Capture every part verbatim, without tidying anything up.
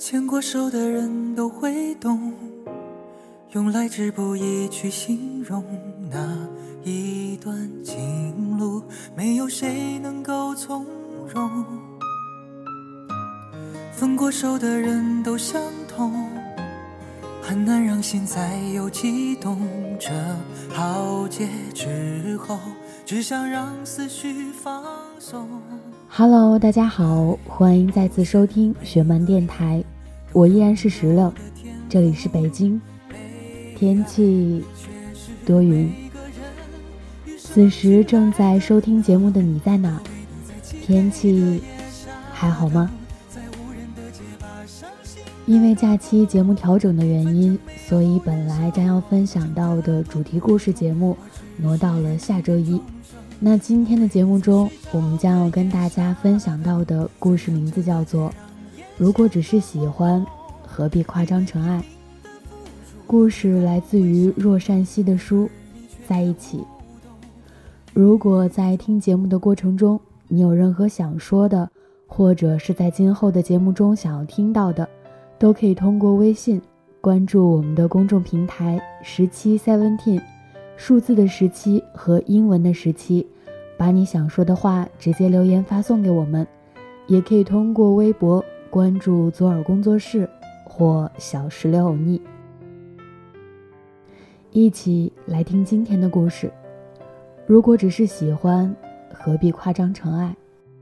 牵过手的人都会懂，用来之不易去形容那一段情路，没有谁能够从容。分过手的人都相同，很难让心再有悸动。这浩劫之后，只想让思绪放松。 Hello， 大家好，欢迎再次收听学漫电台，我依然是石榴，这里是北京，天气多云。此时正在收听节目的你在哪？天气还好吗？因为假期节目调整的原因，所以本来将要分享到的主题故事节目挪到了下周一。那今天的节目中，我们将要跟大家分享到的故事名字叫做《如果只是喜欢，何必夸张成爱》。故事来自于若善熙的书《在一起》。如果在听节目的过程中，你有任何想说的，或者是在今后的节目中想要听到的，都可以通过微信关注我们的公众平台十七 seventeen， 数字的十七和英文的十七，把你想说的话直接留言发送给我们，也可以通过微博关注左耳工作室或小石榴偶逆。一起来听今天的故事。如果只是喜欢，何必夸张成爱？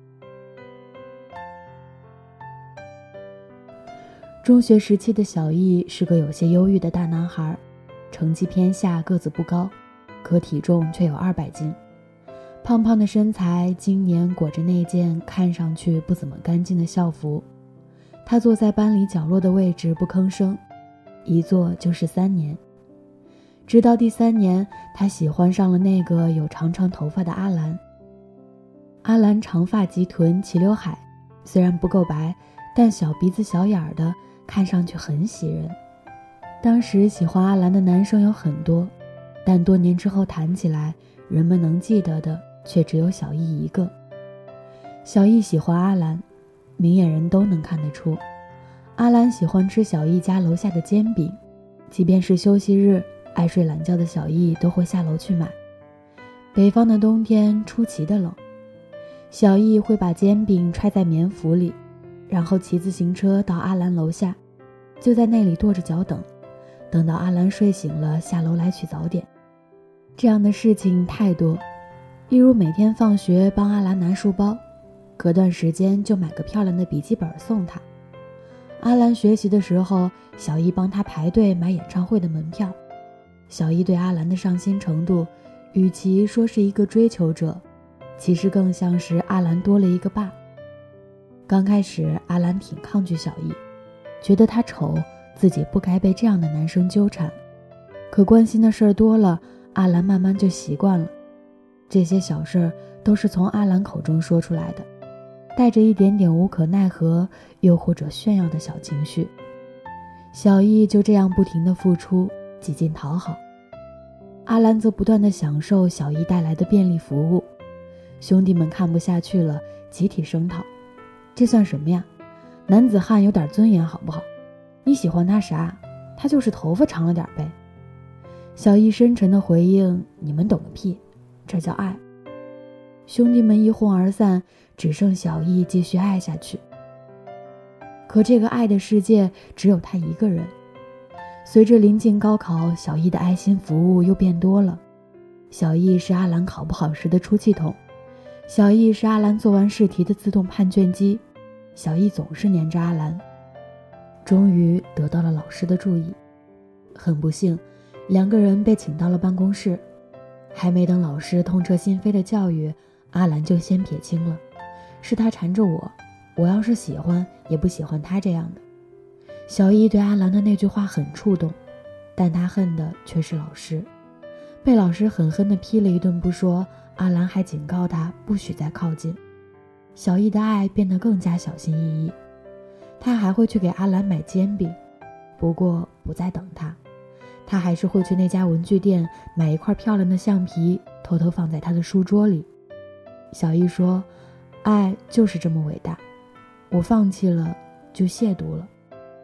中学时期的小易是个有些忧郁的大男孩，成绩偏下，个子不高，可体重却有二百斤。胖胖的身材，今年裹着那件看上去不怎么干净的校服。他坐在班里角落的位置不吭声，一坐就是三年。直到第三年，他喜欢上了那个有长长头发的阿兰。阿兰长发及臀齐刘海，虽然不够白，但小鼻子小眼儿的，看上去很喜人。当时喜欢阿兰的男生有很多，但多年之后谈起来，人们能记得的却只有小易一个。小易喜欢阿兰，明眼人都能看得出。阿兰喜欢吃小易家楼下的煎饼，即便是休息日，爱睡懒觉的小易都会下楼去买。北方的冬天出奇的冷，小易会把煎饼揣在棉服里，然后骑自行车到阿兰楼下，就在那里跺着脚等，等到阿兰睡醒了下楼来取早点。这样的事情太多，例如每天放学帮阿兰拿书包，隔段时间就买个漂亮的笔记本送她。阿兰学习的时候，小易帮她排队买演唱会的门票。小易对阿兰的上心程度，与其说是一个追求者，其实更像是阿兰多了一个爸。刚开始阿兰挺抗拒小易，觉得他丑，自己不该被这样的男生纠缠。可关心的事儿多了，阿兰慢慢就习惯了。这些小事儿都是从阿兰口中说出来的，带着一点点无可奈何又或者炫耀的小情绪。小易就这样不停地付出，几近讨好。阿兰则不断地享受小易带来的便利服务。兄弟们看不下去了，集体声讨，这算什么呀？男子汉有点尊严好不好？你喜欢他啥？他就是头发长了点呗。小易深沉地回应，你们懂个屁，这叫爱。兄弟们一哄而散，只剩小易继续爱下去。可这个爱的世界只有他一个人。随着临近高考，小易的爱心服务又变多了。小易是阿兰考不好时的出气筒，小易是阿兰做完试题的自动判卷机，小易总是黏着阿兰。终于得到了老师的注意，很不幸，两个人被请到了办公室。还没等老师痛彻心扉的教育，阿兰就先撇清了，是他缠着我，我要是喜欢也不喜欢他这样的。小易对阿兰的那句话很触动，但他恨的却是老师。被老师狠狠地批了一顿不说，阿兰还警告他不许再靠近。小易的爱变得更加小心翼翼，他还会去给阿兰买煎饼，不过不再等他，他还是会去那家文具店买一块漂亮的橡皮，偷偷放在他的书桌里。小易说，爱就是这么伟大，我放弃了就亵渎了。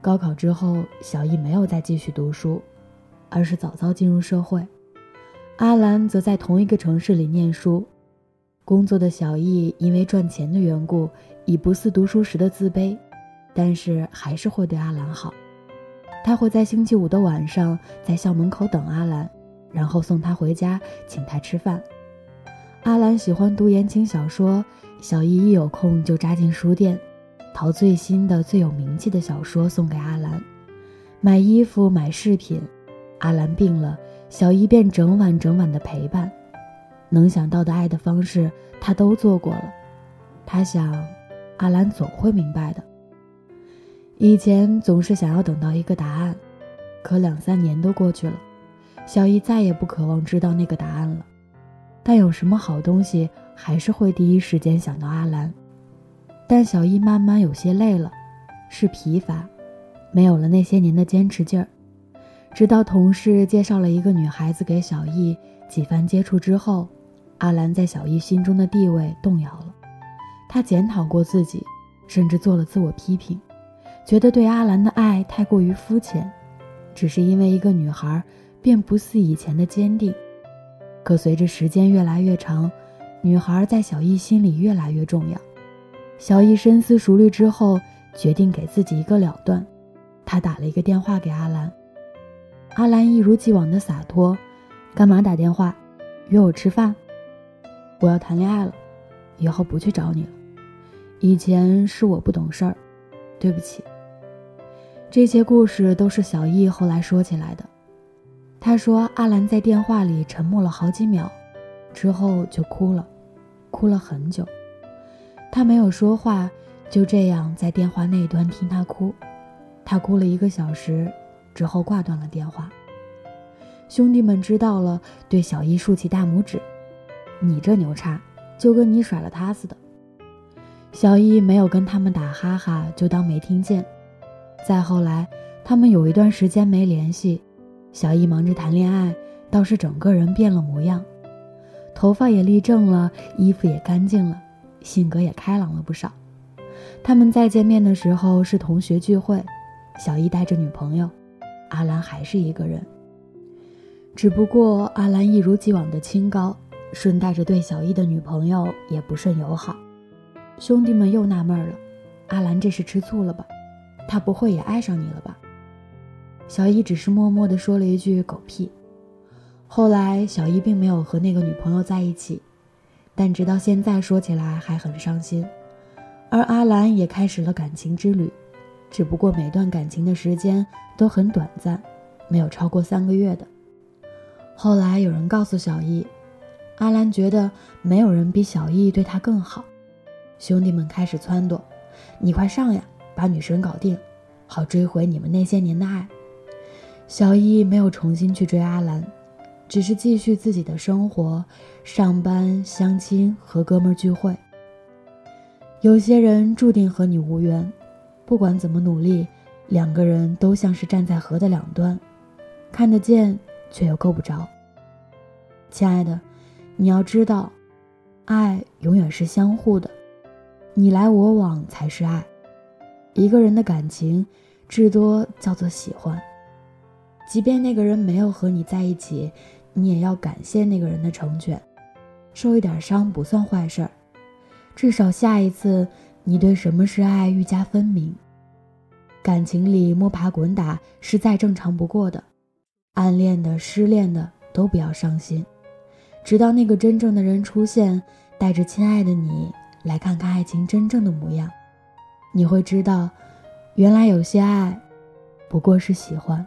高考之后，小易没有再继续读书，而是早早进入社会。阿兰则在同一个城市里念书。工作的小易因为赚钱的缘故，已不似读书时的自卑，但是还是会对阿兰好。他会在星期五的晚上在校门口等阿兰，然后送他回家，请他吃饭。阿兰喜欢读言情小说，小易一有空就扎进书店，淘最新的最有名气的小说送给阿兰。买衣服买饰品，阿兰病了，小易便整晚整晚的陪伴。能想到的爱的方式他都做过了，他想阿兰总会明白的。以前总是想要等到一个答案，可两三年都过去了，小易再也不渴望知道那个答案了。但有什么好东西还是会第一时间想到阿兰。但小易慢慢有些累了，是疲乏，没有了那些年的坚持劲儿。直到同事介绍了一个女孩子给小易，几番接触之后，阿兰在小易心中的地位动摇了。他检讨过自己，甚至做了自我批评，觉得对阿兰的爱太过于肤浅，只是因为一个女孩便不似以前的坚定。可随着时间越来越长，女孩在小易心里越来越重要。小易深思熟虑之后，决定给自己一个了断。他打了一个电话给阿兰。阿兰一如既往的洒脱，干嘛打电话？约我吃饭？我要谈恋爱了，以后不去找你了。以前是我不懂事儿，对不起。这些故事都是小易后来说起来的。他说阿兰在电话里沉默了好几秒，之后就哭了，哭了很久。他没有说话，就这样在电话那端听他哭。他哭了一个小时，之后挂断了电话。兄弟们知道了，对小易竖起大拇指，你这牛叉，就跟你甩了他似的。小易没有跟他们打哈哈，就当没听见。再后来，他们有一段时间没联系，小易忙着谈恋爱，倒是整个人变了模样，头发也立正了，衣服也干净了，性格也开朗了不少。他们再见面的时候是同学聚会，小易带着女朋友，阿兰还是一个人。只不过阿兰一如既往的清高，顺带着对小易的女朋友也不甚友好。兄弟们又纳闷了，阿兰这是吃醋了吧？他不会也爱上你了吧？小易只是默默地说了一句狗屁。后来小易并没有和那个女朋友在一起，但直到现在说起来还很伤心。而阿兰也开始了感情之旅，只不过每段感情的时间都很短暂，没有超过三个月的。后来有人告诉小易，阿兰觉得没有人比小易对她更好。兄弟们开始撺掇，你快上呀，把女神搞定，好追回你们那些年的爱。小易没有重新去追阿兰，只是继续自己的生活，上班、相亲和哥们儿聚会。有些人注定和你无缘，不管怎么努力，两个人都像是站在河的两端，看得见却又够不着。亲爱的，你要知道，爱永远是相互的，你来我往才是爱。一个人的感情至多叫做喜欢，即便那个人没有和你在一起，你也要感谢那个人的成全。受一点伤不算坏事儿，至少下一次你对什么是爱愈加分明。感情里摸爬滚打是再正常不过的，暗恋的失恋的都不要伤心，直到那个真正的人出现，带着亲爱的你来看看爱情真正的模样，你会知道，原来有些爱不过是喜欢。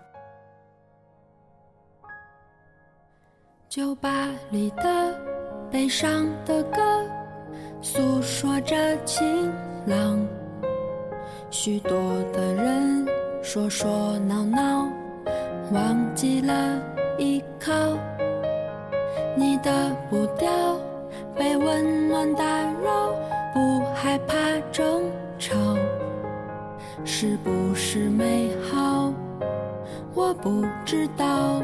酒吧里的悲伤的歌，诉说着情郎，许多的人说说闹闹，忘记了依靠。你的步调被温暖打扰，不害怕争吵，是不是美好我不知道。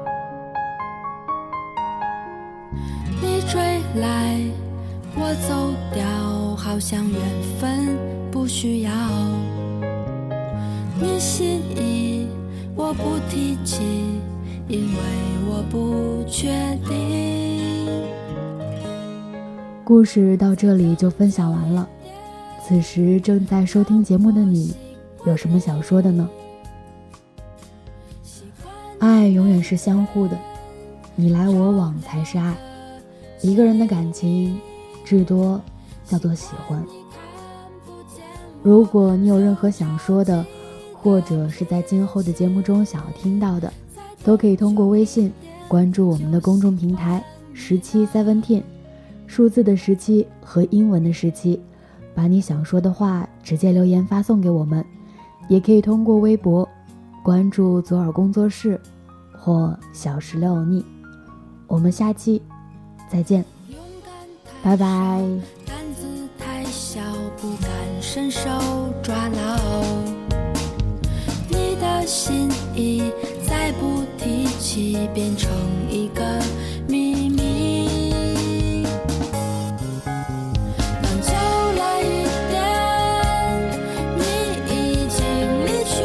你追来我走掉，好像缘分不需要。 你心意我不提起，因为我不确定。 故事到这里就分享完了。此时正在收听节目的你，有什么想说的呢？爱永远是相互的，你来我往才是爱。一个人的感情至多叫做喜欢。如果你有任何想说的，或者是在今后的节目中想要听到的，都可以通过微信关注我们的公众平台十七 seventeen， 数字的十七和英文的十七，把你想说的话直接留言发送给我们。也可以通过微博关注左耳工作室或小石榴欧尼。我们下期再见，拜拜。 胆子太小，不敢伸手抓牢你的心意，再不提起变成一个秘密。当久了一点，你已经离去，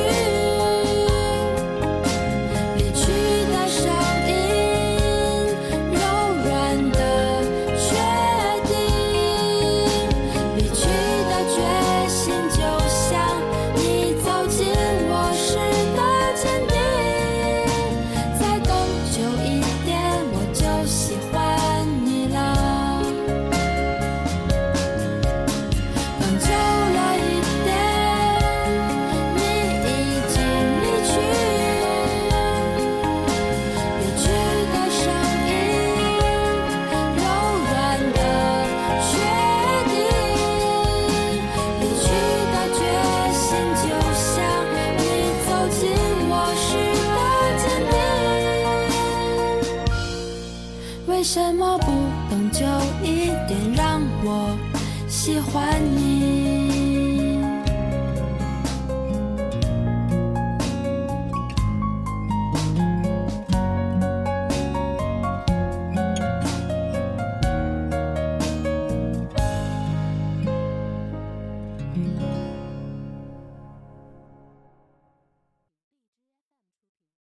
离去的声音，柔软的确定，离去的决心，就像你走进我时的坚定。再等久一点，我就喜欢你了。等久了一点，你已经离去，离去的声音，柔软的确定，离去的决心，就像你走进我时的坚定。为什么不等久一点，让我喜欢你？